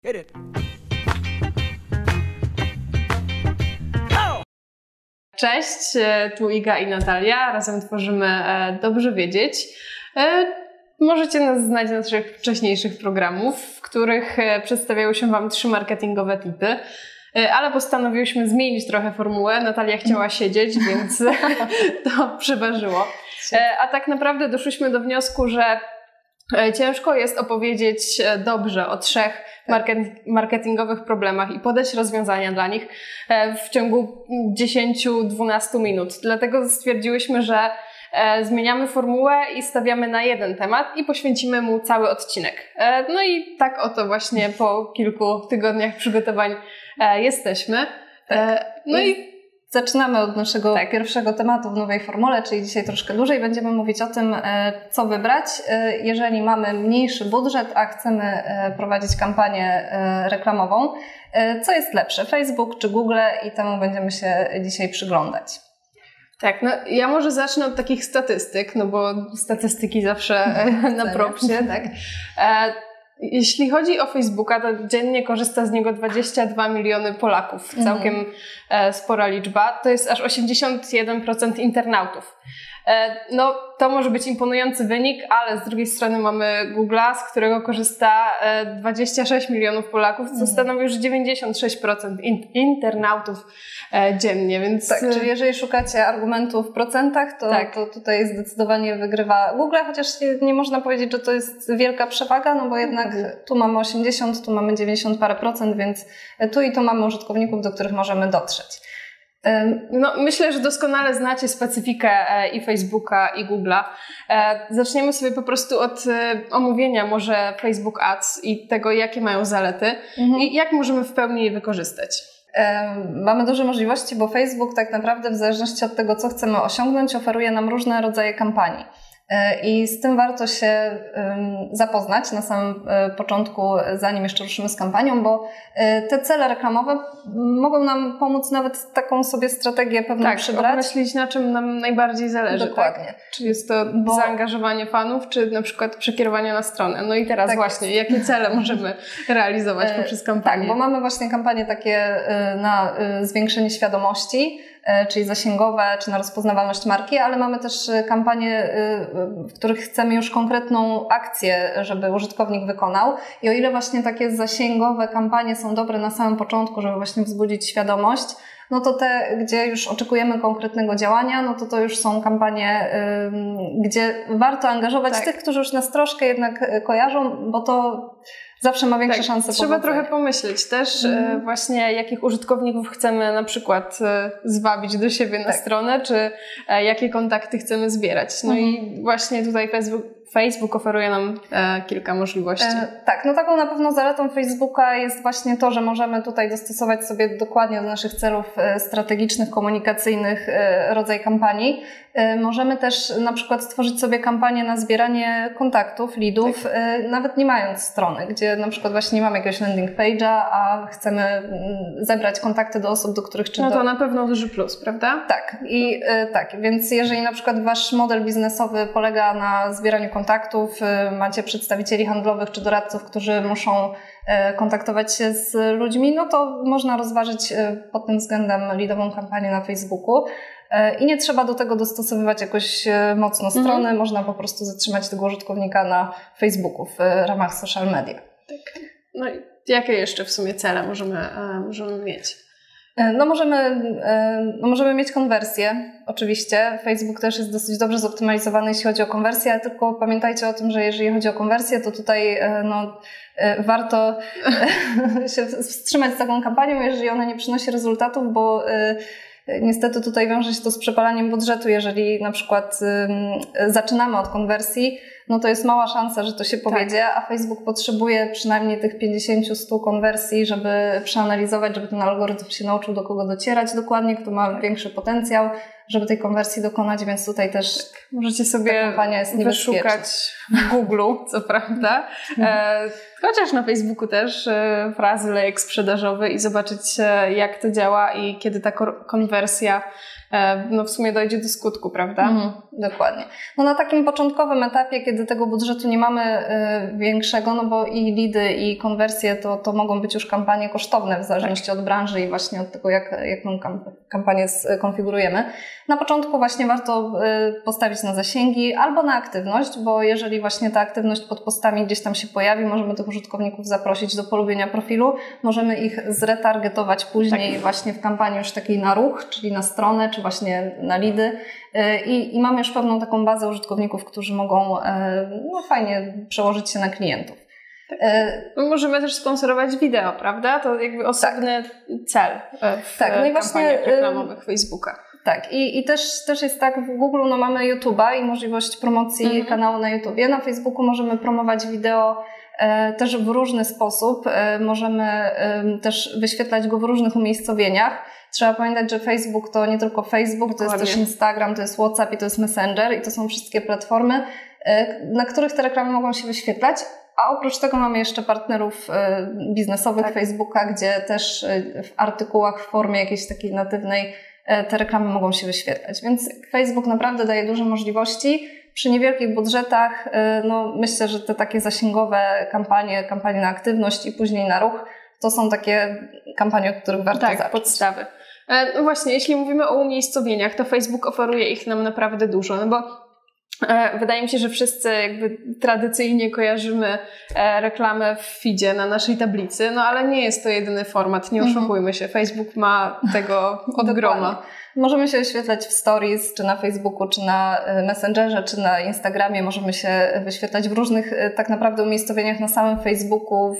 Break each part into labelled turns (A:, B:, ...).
A: Hit it.
B: Cześć, tu Iga i Natalia. Razem tworzymy Dobrze Wiedzieć. Możecie nas znać z naszych wcześniejszych programów, w których przedstawiały się Wam 3 marketingowe tipy. Ale postanowiłyśmy zmienić trochę formułę. Natalia chciała siedzieć, więc to przeważyło. A tak naprawdę doszłyśmy do wniosku, że ciężko jest opowiedzieć dobrze o 3 marketingowych problemach i podać rozwiązania dla nich w ciągu 10-12 minut. Dlatego stwierdziłyśmy, że zmieniamy formułę i stawiamy na jeden temat i poświęcimy mu cały odcinek. No i tak oto właśnie po kilku tygodniach przygotowań jesteśmy.
C: No i zaczynamy od naszego pierwszego tematu w nowej formule, czyli dzisiaj troszkę dłużej będziemy mówić o tym, co wybrać, jeżeli mamy mniejszy budżet, a chcemy prowadzić kampanię reklamową. Co jest lepsze, Facebook czy Google, i temu będziemy się dzisiaj przyglądać.
B: Tak, no ja może zacznę od takich statystyk, no bo statystyki zawsze na propsie, tak. Jeśli chodzi o Facebooka, to dziennie korzysta z niego 22 miliony Polaków. Całkiem spora liczba. To jest aż 81% internautów. No, to może być imponujący wynik, ale z drugiej strony mamy Google'a, z którego korzysta 26 milionów Polaków, co stanowi już 96% internautów dziennie, więc...
C: Tak, czyli jeżeli szukacie argumentów w procentach, to tutaj zdecydowanie wygrywa Google, chociaż nie można powiedzieć, że to jest wielka przewaga, no bo jednak tu mamy 80, tu mamy 90 parę procent, więc tu i tu mamy użytkowników, do których możemy dotrzeć.
B: No, myślę, że doskonale znacie specyfikę i Facebooka, i Google'a. Zaczniemy sobie po prostu od omówienia może Facebook Ads i tego, jakie mają zalety i jak możemy w pełni je wykorzystać.
C: Mamy duże możliwości, bo Facebook tak naprawdę w zależności od tego, co chcemy osiągnąć, oferuje nam różne rodzaje kampanii. I z tym warto się zapoznać na samym początku, zanim jeszcze ruszymy z kampanią, bo te cele reklamowe mogą nam pomóc nawet taką sobie strategię pewną przybrać.
B: Określić, na czym nam najbardziej zależy.
C: Dokładnie.
B: Tak? Czy jest to zaangażowanie fanów, czy na przykład przekierowanie na stronę. No i teraz właśnie, jakie cele możemy realizować poprzez kampanię?
C: Tak, bo mamy właśnie kampanie takie na zwiększenie świadomości, czyli zasięgowe, czy na rozpoznawalność marki, ale mamy też kampanie, w których chcemy już konkretną akcję, żeby użytkownik wykonał. I o ile właśnie takie zasięgowe kampanie są dobre na samym początku, żeby właśnie wzbudzić świadomość, no to te, gdzie już oczekujemy konkretnego działania, no to już są kampanie, gdzie warto angażować tych, którzy już nas troszkę jednak kojarzą, bo to zawsze ma większe szanse
B: powodzenia. Trzeba trochę pomyśleć też właśnie, jakich użytkowników chcemy na przykład zwabić do siebie na stronę, czy jakie kontakty chcemy zbierać. No i właśnie tutaj Facebook oferuje nam kilka możliwości.
C: Tak, no taką na pewno zaletą Facebooka jest właśnie to, że możemy tutaj dostosować sobie dokładnie do naszych celów strategicznych, komunikacyjnych rodzaj kampanii. Możemy też na przykład stworzyć sobie kampanię na zbieranie kontaktów, leadów, nawet nie mając strony, gdzie na przykład właśnie nie mamy jakiegoś landing page'a, a chcemy zebrać kontakty do osób, do których
B: No to na pewno duży plus, prawda?
C: Tak, więc jeżeli na przykład wasz model biznesowy polega na zbieraniu kontaktów, macie przedstawicieli handlowych czy doradców, którzy muszą kontaktować się z ludźmi, no to można rozważyć pod tym względem leadową kampanię na Facebooku. I nie trzeba do tego dostosowywać jakoś mocno strony, można po prostu zatrzymać tego użytkownika na Facebooku w ramach social media.
B: Tak. No i jakie jeszcze w sumie cele możemy mieć?
C: No możemy mieć konwersję, oczywiście. Facebook też jest dosyć dobrze zoptymalizowany, jeśli chodzi o konwersję, ale tylko pamiętajcie o tym, że jeżeli chodzi o konwersję, to tutaj warto się wstrzymać z taką kampanią, jeżeli ona nie przynosi rezultatów, bo niestety tutaj wiąże się to z przepalaniem budżetu. Jeżeli na przykład zaczynamy od konwersji, no to jest mała szansa, że to się powiedzie, a Facebook potrzebuje przynajmniej tych 50-100 konwersji, żeby przeanalizować, żeby ten algorytm się nauczył, do kogo docierać dokładnie, kto ma większy potencjał, żeby tej konwersji dokonać, więc tutaj też
B: możecie sobie wyszukać w Google, co prawda, chociaż na Facebooku też frazy, lejek sprzedażowy i zobaczyć, jak to działa i kiedy ta konwersja w sumie dojdzie do skutku, prawda?
C: Dokładnie. No na takim początkowym etapie, kiedy tego budżetu nie mamy większego, no bo i leady, i konwersje to mogą być już kampanie kosztowne w zależności od branży i właśnie od tego, jaką kampanię skonfigurujemy. Na początku właśnie warto postawić na zasięgi albo na aktywność, bo jeżeli właśnie ta aktywność pod postami gdzieś tam się pojawi, możemy tych użytkowników zaprosić do polubienia profilu, możemy ich zretargetować później właśnie w kampanii już takiej na ruch, czyli na stronę, czy właśnie na leady i mamy już pewną taką bazę użytkowników, którzy mogą fajnie przełożyć się na klientów.
B: Możemy też sponsorować wideo, prawda? To jakby osobny cel w kampaniach reklamowych Facebooka.
C: Tak, i też jest tak, w Google mamy YouTube'a i możliwość promocji kanału na YouTubie. Na Facebooku możemy promować wideo też w różny sposób. Możemy też wyświetlać go w różnych umiejscowieniach. Trzeba pamiętać, że Facebook to nie tylko Facebook, to jest też Instagram, to jest WhatsApp i to jest Messenger i to są wszystkie platformy, na których te reklamy mogą się wyświetlać. A oprócz tego mamy jeszcze partnerów biznesowych Facebooka, gdzie też w artykułach w formie jakiejś takiej natywnej te reklamy mogą się wyświetlać. Więc Facebook naprawdę daje duże możliwości. Przy niewielkich budżetach myślę, że te takie zasięgowe kampanie na aktywność i później na ruch, to są takie kampanie, od których warto zacząć.
B: Podstawy. No właśnie, jeśli mówimy o umiejscowieniach, to Facebook oferuje ich nam naprawdę dużo, no bo wydaje mi się, że wszyscy jakby tradycyjnie kojarzymy reklamę w feedzie na naszej tablicy, no ale nie jest to jedyny format, nie oszukujmy się. Facebook ma tego od groma.
C: Możemy się wyświetlać w stories, czy na Facebooku, czy na Messengerze, czy na Instagramie. Możemy się wyświetlać w różnych tak naprawdę umiejscowieniach na samym Facebooku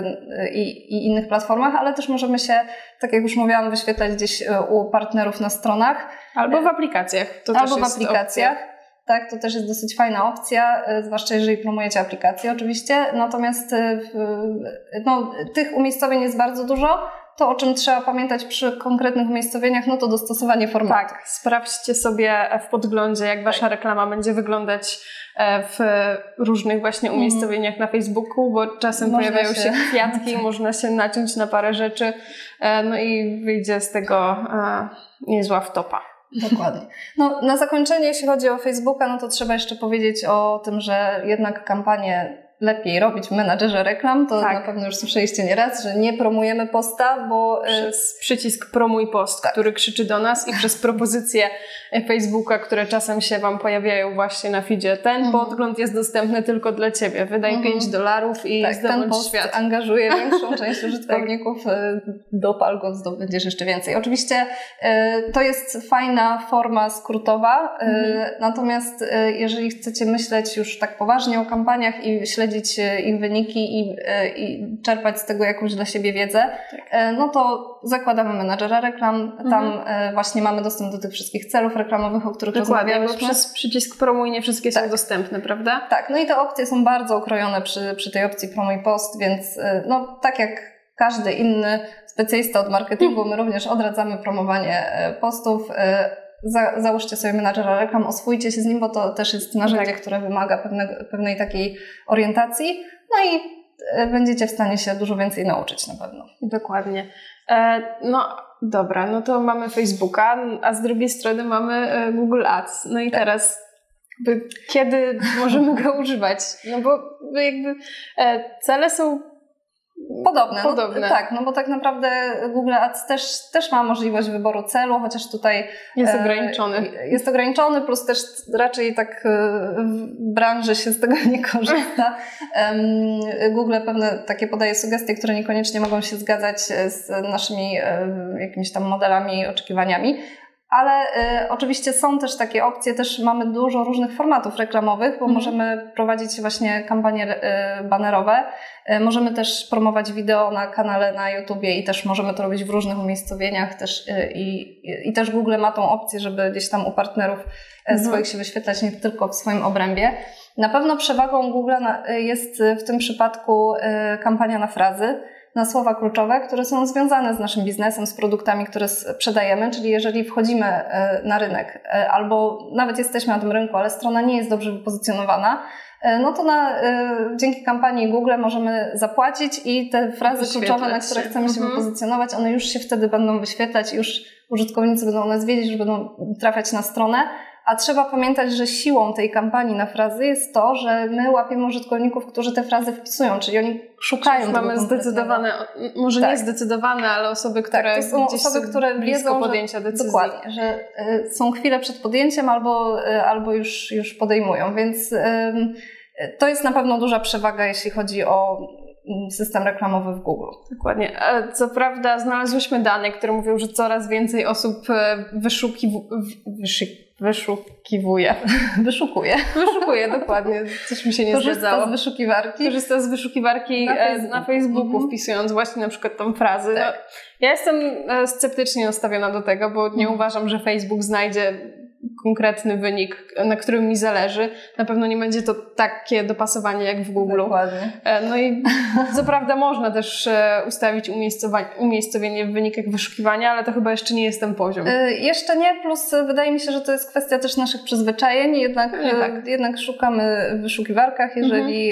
C: i innych platformach, ale też możemy się, tak jak już mówiłam, wyświetlać gdzieś u partnerów na stronach.
B: Albo w aplikacjach.
C: Albo w aplikacjach. Tak, to też jest dosyć fajna opcja, zwłaszcza jeżeli promujecie aplikacje oczywiście. Natomiast tych umiejscowień jest bardzo dużo. To, o czym trzeba pamiętać przy konkretnych umiejscowieniach, to dostosowanie formatu.
B: Tak, sprawdźcie sobie w podglądzie, jak wasza reklama będzie wyglądać w różnych właśnie umiejscowieniach na Facebooku, bo czasem pojawiają się kwiatki, można się naciąć na parę rzeczy, i wyjdzie z tego niezła wtopa.
C: Dokładnie. Na zakończenie, jeśli chodzi o Facebooka, to trzeba jeszcze powiedzieć o tym, że jednak kampanię lepiej robić w menadżerze reklam, to na pewno już słyszeliście nieraz, że nie promujemy posta, bo
B: przez przycisk promuj post, który krzyczy do nas i przez propozycje Facebooka, które czasem się Wam pojawiają właśnie na feedzie. Ten podgląd jest dostępny tylko dla Ciebie. Wydaj $5 i zdobądź
C: ten post
B: świat.
C: Angażuje większą część użytkowników, dopal go, zdobędziesz jeszcze więcej. Oczywiście to jest fajna forma skrótowa, natomiast jeżeli chcecie myśleć już tak poważnie o kampaniach i śledzić ich wyniki i czerpać z tego jakąś dla siebie wiedzę, to zakładamy menadżera reklam. Tam właśnie mamy dostęp do tych wszystkich celów reklamowych, o których rozmawialiśmy.
B: Bo przez przycisk promuj nie wszystkie są dostępne, prawda?
C: Tak, i te opcje są bardzo okrojone przy tej opcji promuj post, więc tak jak każdy inny specjalista od marketingu, my również odradzamy promowanie postów. Załóżcie sobie menadżera reklam, oswójcie się z nim, bo to też jest narzędzie, które wymaga pewnej takiej orientacji, i będziecie w stanie się dużo więcej nauczyć na pewno.
B: Dokładnie. Dobra, to mamy Facebooka, a z drugiej strony mamy Google Ads. I teraz kiedy możemy go używać? Bo jakby cele są podobne.
C: Tak, bo tak naprawdę Google Ads też ma możliwość wyboru celu, chociaż tutaj
B: jest ograniczony.
C: Jest ograniczony, plus też raczej tak w branży się z tego nie korzysta. Google pewne takie podaje sugestie, które niekoniecznie mogą się zgadzać z naszymi jakimiś tam modelami, oczekiwaniami. Ale oczywiście są też takie opcje, też mamy dużo różnych formatów reklamowych, bo możemy prowadzić właśnie kampanie banerowe, możemy też promować wideo na kanale na YouTubie i też możemy to robić w różnych umiejscowieniach też i też Google ma tą opcję, żeby gdzieś tam u partnerów swoich się wyświetlać, nie tylko w swoim obrębie. Na pewno przewagą Google jest w tym przypadku kampania na frazy, na słowa kluczowe, które są związane z naszym biznesem, z produktami, które sprzedajemy, czyli jeżeli wchodzimy na rynek albo nawet jesteśmy na tym rynku, ale strona nie jest dobrze wypozycjonowana, no to dzięki kampanii Google możemy zapłacić i te frazy kluczowe, na które chcemy się wypozycjonować, one już się wtedy będą wyświetlać i już użytkownicy będą o nas wiedzieć, że będą trafiać na stronę. A trzeba pamiętać, że siłą tej kampanii na frazy jest to, że my łapiemy użytkowników, którzy te frazy wpisują, czyli oni szukają tego
B: mamy zdecydowane, może nie zdecydowane, ale osoby, które
C: to są osoby, które wiedzą,
B: podjęcia decyzji.
C: Dokładnie, że są chwilę przed podjęciem albo już podejmują, więc to jest na pewno duża przewaga, jeśli chodzi o system reklamowy w Google.
B: Dokładnie. Co prawda znalazłyśmy dane, które mówią, że coraz więcej osób wyszukuje, dokładnie. Coś mi się nie zgadzało. Korzysta z wyszukiwarki na Facebooku, wpisując właśnie na przykład tą frazę. Tak. No, ja jestem sceptycznie nastawiona do tego, bo nie uważam, że Facebook znajdzie konkretny wynik, na którym mi zależy. Na pewno nie będzie to takie dopasowanie jak w Google.
C: Dokładnie.
B: No i co prawda można też ustawić umiejscowienie w wynikach wyszukiwania, ale to chyba jeszcze nie jest ten poziom.
C: Jeszcze nie, plus wydaje mi się, że to jest kwestia też naszych przyzwyczajeń. Jednak szukamy w wyszukiwarkach, jeżeli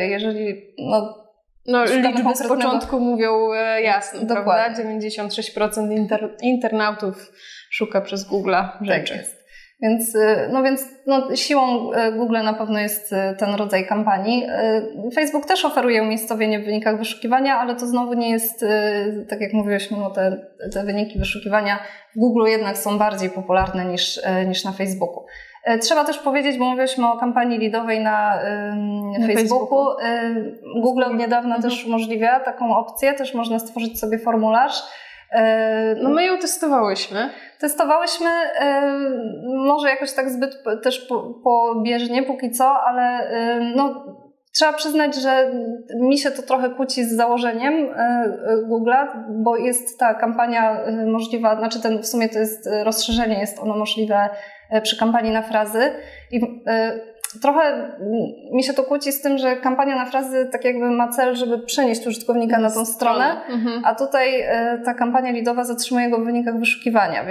B: liczby z początku mówią jasno,
C: dokładnie.
B: Prawda? 96% internautów szuka przez Google'a rzeczy.
C: Tak jest. Więc siłą Google na pewno jest ten rodzaj kampanii. Facebook też oferuje umiejscowienie w wynikach wyszukiwania, ale to znowu nie jest, tak jak mówiłyśmy, te wyniki wyszukiwania w Google jednak są bardziej popularne niż na Facebooku. Trzeba też powiedzieć, bo mówiliśmy o kampanii leadowej na Facebooku. Google od niedawna też umożliwia taką opcję, też można stworzyć sobie formularz.
B: No my ją testowałyśmy.
C: Może jakoś tak zbyt też pobieżnie póki co, ale trzeba przyznać, że mi się to trochę kłóci z założeniem Google'a, bo jest ta kampania możliwa, w sumie to jest rozszerzenie, jest ono możliwe przy kampanii na frazy i trochę mi się to kłóci z tym, że kampania na frazy tak jakby ma cel, żeby przenieść użytkownika na tą stronę, a tutaj ta kampania leadowa zatrzymuje go w wynikach wyszukiwania,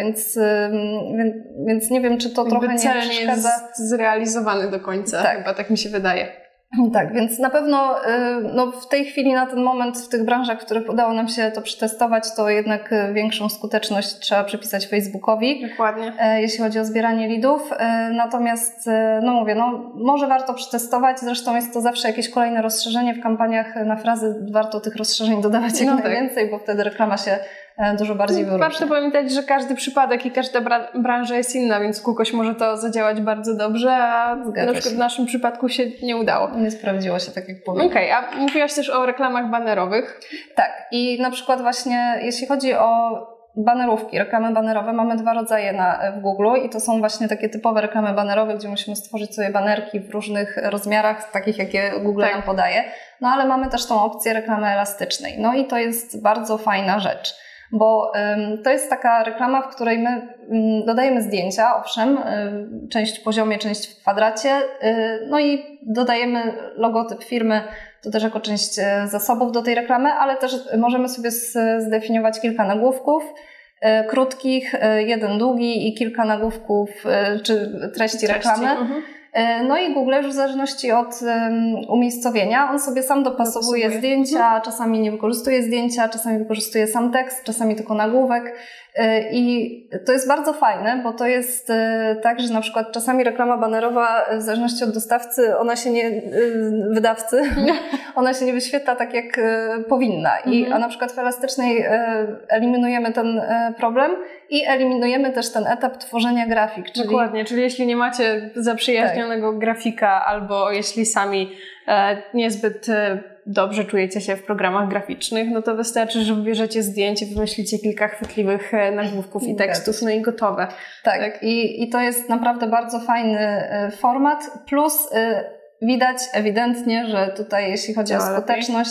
C: więc nie wiem, czy to trochę nie przeszkadza.
B: Cel nie jest zrealizowany do końca, chyba tak mi się wydaje.
C: Tak, więc na pewno w tej chwili na ten moment w tych branżach, w których udało nam się to przetestować, to jednak większą skuteczność trzeba przypisać Facebookowi.
B: Dokładnie.
C: Jeśli chodzi o zbieranie leadów. Natomiast może warto przetestować, zresztą jest to zawsze jakieś kolejne rozszerzenie w kampaniach na frazy, warto tych rozszerzeń dodawać jak najwięcej, bo wtedy reklama się dużo bardziej wyróżnia.
B: Warto pamiętać, że każdy przypadek i każda branża jest inna, więc kółkoś może to zadziałać bardzo dobrze, a na przykład w naszym przypadku się nie udało.
C: Nie sprawdziło się tak, jak powiem.
B: Okej, a mówiłaś też o reklamach banerowych.
C: Tak, i na przykład właśnie jeśli chodzi o banerówki, reklamy banerowe, mamy dwa rodzaje w Google i to są właśnie takie typowe reklamy banerowe, gdzie musimy stworzyć sobie banerki w różnych rozmiarach, takich jakie Google nam podaje, ale mamy też tą opcję reklamy elastycznej. No i to jest bardzo fajna rzecz, bo to jest taka reklama, w której my dodajemy zdjęcia, owszem, część w poziomie, część w kwadracie, no i dodajemy logotyp firmy, to też jako część zasobów do tej reklamy, ale też możemy sobie zdefiniować kilka nagłówków krótkich, jeden długi i kilka nagłówków czy treści reklamy. No i Google już w zależności od umiejscowienia, on sobie sam dopasowuje zdjęcia, czasami nie wykorzystuje zdjęcia, czasami wykorzystuje sam tekst, czasami tylko nagłówek. I to jest bardzo fajne, bo to jest tak, że na przykład czasami reklama banerowa w zależności od dostawcy, wydawcy, ona się nie wyświetla tak jak powinna. A na przykład w elastycznej eliminujemy ten problem i eliminujemy też ten etap tworzenia grafik.
B: Dokładnie, czyli jeśli nie macie zaprzyjaźnionego grafika albo jeśli sami niezbyt dobrze czujecie się w programach graficznych, no to wystarczy, że wybierzecie zdjęcie, wymyślicie kilka chwytliwych nagłówków i tekstów, no i gotowe.
C: Tak. I to jest naprawdę bardzo fajny format, plus widać ewidentnie, że tutaj jeśli chodzi o skuteczność,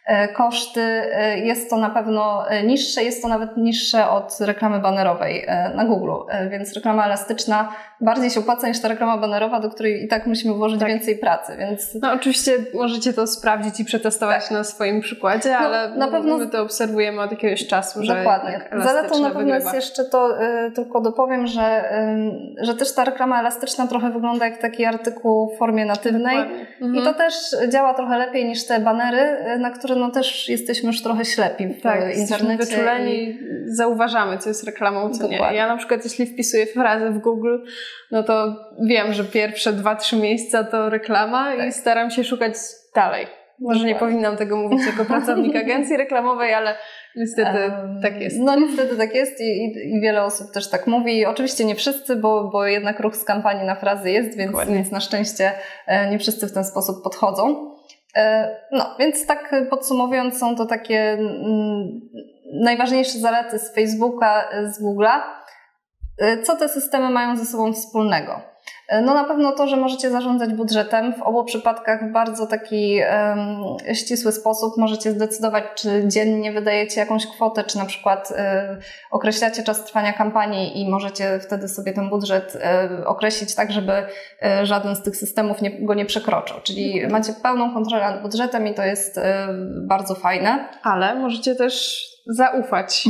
C: koszty, jest to na pewno niższe, jest to nawet niższe od reklamy banerowej na Google, więc reklama elastyczna bardziej się opłaca niż ta reklama banerowa, do której i tak musimy włożyć więcej pracy, więc...
B: No oczywiście możecie to sprawdzić i przetestować na swoim przykładzie, ale na pewno my to obserwujemy od jakiegoś czasu, że
C: dokładnie. Zaletą na pewno jest jeszcze to, tylko dopowiem, że też ta reklama elastyczna trochę wygląda jak taki artykuł w formie natywnej i to też działa trochę lepiej niż te banery, na które no też jesteśmy już trochę ślepi w internecie.
B: Wyczuleni, zauważamy, co jest reklamą, co nie. Ja na przykład, jeśli wpisuję frazę w Google, no to wiem, że pierwsze 2-3 miejsca to reklama i staram się szukać dalej. Może nie powinnam tego mówić jako pracownik agencji reklamowej, ale niestety tak jest.
C: No niestety tak jest i wiele osób też tak mówi. Oczywiście nie wszyscy, bo jednak ruch z kampanii na frazy jest, więc na szczęście nie wszyscy w ten sposób podchodzą. No, więc tak podsumowując, są to takie najważniejsze zalety z Facebooka, z Google'a. Co te systemy mają ze sobą wspólnego? No na pewno to, że możecie zarządzać budżetem. W obu przypadkach w bardzo taki ścisły sposób możecie zdecydować, czy dziennie wydajecie jakąś kwotę, czy na przykład określacie czas trwania kampanii i możecie wtedy sobie ten budżet określić tak, żeby żaden z tych systemów go nie przekroczył. Czyli macie pełną kontrolę nad budżetem i to jest bardzo fajne.
B: Ale możecie też zaufać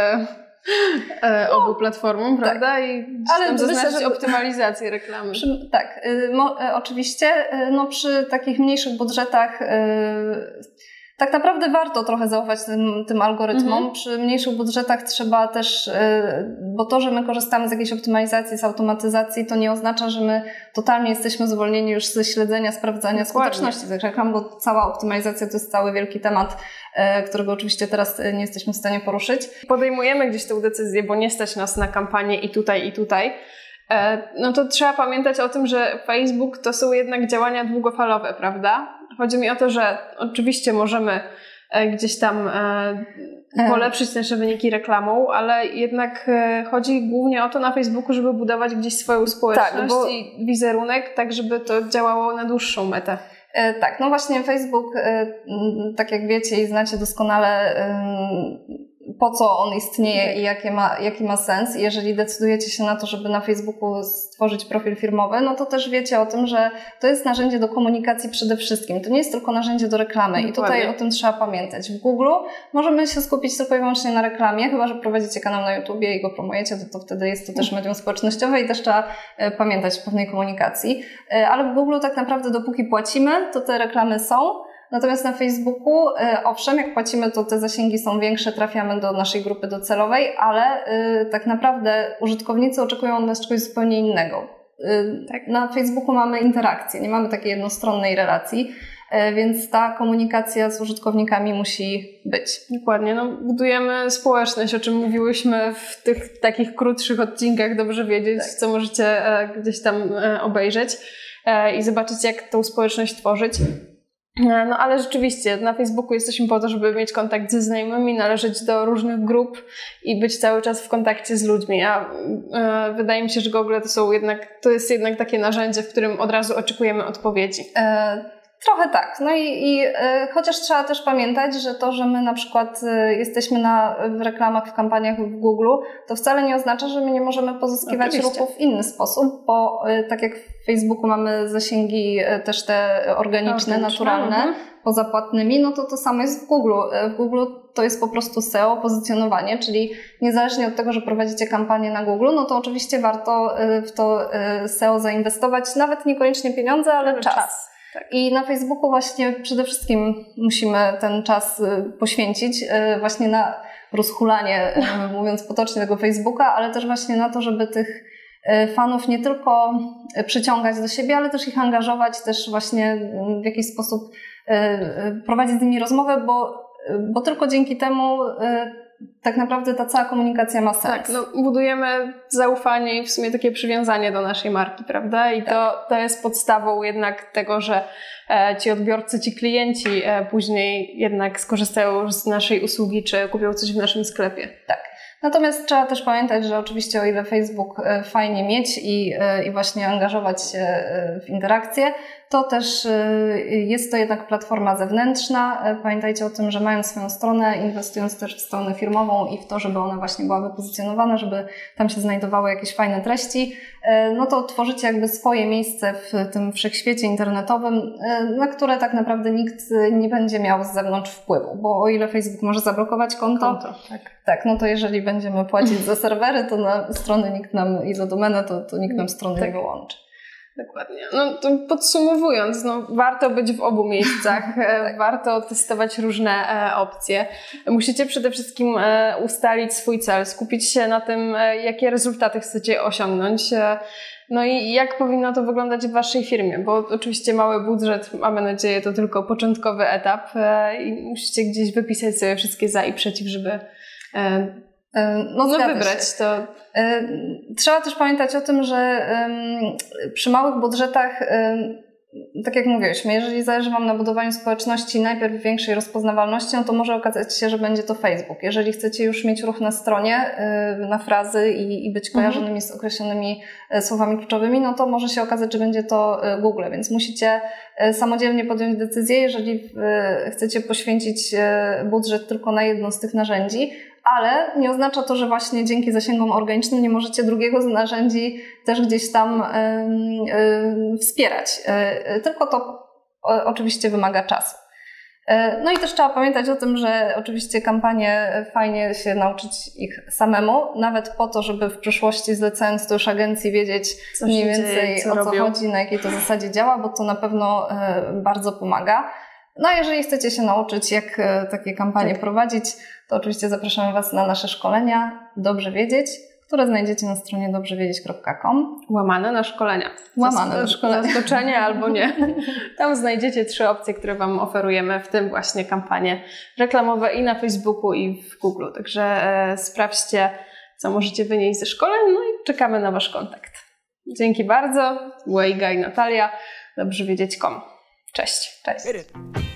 B: obu platformom, prawda? Tak. I ale zaznaczyć optymalizację reklamy.
C: Oczywiście. No przy takich mniejszych budżetach tak naprawdę warto trochę zaufać tym algorytmom. Przy mniejszych budżetach trzeba też, bo to, że my korzystamy z jakiejś optymalizacji, z automatyzacji, to nie oznacza, że my totalnie jesteśmy zwolnieni już ze śledzenia, sprawdzania skuteczności tych reklam, bo cała optymalizacja to jest cały wielki temat, którego oczywiście teraz nie jesteśmy w stanie poruszyć.
B: Podejmujemy gdzieś tę decyzję, bo nie stać nas na kampanię i tutaj. No to trzeba pamiętać o tym, że Facebook to są jednak działania długofalowe, prawda? Chodzi mi o to, że oczywiście możemy gdzieś tam polepszyć nasze wyniki reklamą, ale jednak chodzi głównie o to na Facebooku, żeby budować gdzieś swoją społeczność i wizerunek, tak żeby to działało na dłuższą metę.
C: Tak, no właśnie Facebook, tak jak wiecie i znacie doskonale, po co on istnieje i jaki ma sens. I jeżeli decydujecie się na to, żeby na Facebooku stworzyć profil firmowy, no to też wiecie o tym, że to jest narzędzie do komunikacji przede wszystkim. To nie jest tylko narzędzie do reklamy. I tutaj o tym trzeba pamiętać. W Google możemy się skupić tylko i wyłącznie na reklamie, chyba że prowadzicie kanał na YouTubie i go promujecie, to wtedy jest to też medium społecznościowe i też trzeba pamiętać w pewnej komunikacji. Ale w Google tak naprawdę dopóki płacimy, to te reklamy są. Natomiast na Facebooku, owszem, jak płacimy, to te zasięgi są większe, trafiamy do naszej grupy docelowej, ale tak naprawdę użytkownicy oczekują od nas czegoś zupełnie innego. Na Facebooku mamy interakcję, nie mamy takiej jednostronnej relacji, więc ta komunikacja z użytkownikami musi być.
B: Dokładnie, no budujemy społeczność, o czym mówiłyśmy w tych takich krótszych odcinkach, dobrze wiedzieć, co możecie gdzieś tam obejrzeć i zobaczyć, jak tą społeczność tworzyć. No ale rzeczywiście na Facebooku jesteśmy po to, żeby mieć kontakt ze znajomymi, należeć do różnych grup i być cały czas w kontakcie z ludźmi. A wydaje mi się, że Google to jest jednak takie narzędzie, w którym od razu oczekujemy odpowiedzi.
C: Trochę tak. No i chociaż trzeba też pamiętać, że to, że my na przykład jesteśmy w reklamach, w kampaniach w Google, to wcale nie oznacza, że my nie możemy pozyskiwać ruchów w inny sposób, bo tak jak w Facebooku mamy zasięgi też te organiczne, naturalne, poza płatnymi, no to samo jest w Google. W Google to jest po prostu SEO, pozycjonowanie, czyli niezależnie od tego, że prowadzicie kampanię na Google, no to oczywiście warto w to SEO zainwestować, nawet niekoniecznie pieniądze, ale czas. Tak. I na Facebooku właśnie przede wszystkim musimy ten czas poświęcić właśnie na rozhulanie, mówiąc potocznie, tego Facebooka, ale też właśnie na to, żeby tych fanów nie tylko przyciągać do siebie, ale też ich angażować, też właśnie w jakiś sposób prowadzić z nimi rozmowę, bo tylko dzięki temu tak naprawdę ta cała komunikacja ma sens.
B: Tak, no budujemy zaufanie i w sumie takie przywiązanie do naszej marki, prawda? I to jest podstawą jednak tego, że ci odbiorcy, ci klienci później jednak skorzystają z naszej usługi, czy kupią coś w naszym sklepie.
C: Tak. Natomiast trzeba też pamiętać, że oczywiście o ile Facebook fajnie mieć i właśnie angażować się w interakcje, to też jest to jednak platforma zewnętrzna. Pamiętajcie o tym, że mając swoją stronę, inwestując też w stronę firmową i w to, żeby ona właśnie była wypozycjonowana, żeby tam się znajdowały jakieś fajne treści, no to tworzycie jakby swoje miejsce w tym wszechświecie internetowym, na które tak naprawdę nikt nie będzie miał z zewnątrz wpływu, bo o ile Facebook może zablokować konto, tak, no to jeżeli będziemy płacić za serwery, to na strony nikt nam i za domenę, to nikt nam strony nie wyłączy.
B: Dokładnie. No to podsumowując, no warto być w obu miejscach, warto testować różne opcje. Musicie przede wszystkim ustalić swój cel, skupić się na tym, jakie rezultaty chcecie osiągnąć. No i jak powinno to wyglądać w waszej firmie, bo oczywiście mały budżet, mamy nadzieję, to tylko początkowy etap i musicie gdzieś wypisać sobie wszystkie za i przeciw, żeby wybrać to.
C: Trzeba też pamiętać o tym, że przy małych budżetach, tak jak mówiliśmy, jeżeli zależy wam na budowaniu społeczności najpierw większej rozpoznawalności, no to może okazać się, że będzie to Facebook. Jeżeli chcecie już mieć ruch na stronie, na frazy i być kojarzonymi z określonymi słowami kluczowymi, no to może się okazać, że będzie to Google, więc musicie samodzielnie podjąć decyzję, jeżeli chcecie poświęcić budżet tylko na jedno z tych narzędzi, ale nie oznacza to, że właśnie dzięki zasięgom organicznym nie możecie drugiego z narzędzi też gdzieś tam wspierać. Tylko to oczywiście wymaga czasu. No i też trzeba pamiętać o tym, że oczywiście kampanie fajnie się nauczyć ich samemu, nawet po to, żeby w przyszłości zlecając to już agencji wiedzieć mniej więcej o co chodzi, na jakiej to zasadzie działa, bo to na pewno bardzo pomaga. No a jeżeli chcecie się nauczyć, jak takie kampanie prowadzić, to oczywiście zapraszamy Was na nasze szkolenia Dobrze Wiedzieć, które znajdziecie na stronie dobrzewiedzieć.com.
B: Łamane na szkolenia. Zaskoczenie albo nie. Tam znajdziecie 3 opcje, które Wam oferujemy, w tym właśnie kampanie reklamowe i na Facebooku, i w Google. Także sprawdźcie, co możecie wynieść ze szkoleń, no i czekamy na Wasz kontakt. Dzięki bardzo. Była Iga i Natalia. Dobrzewiedzieć.com. Cześć.
C: Cześć.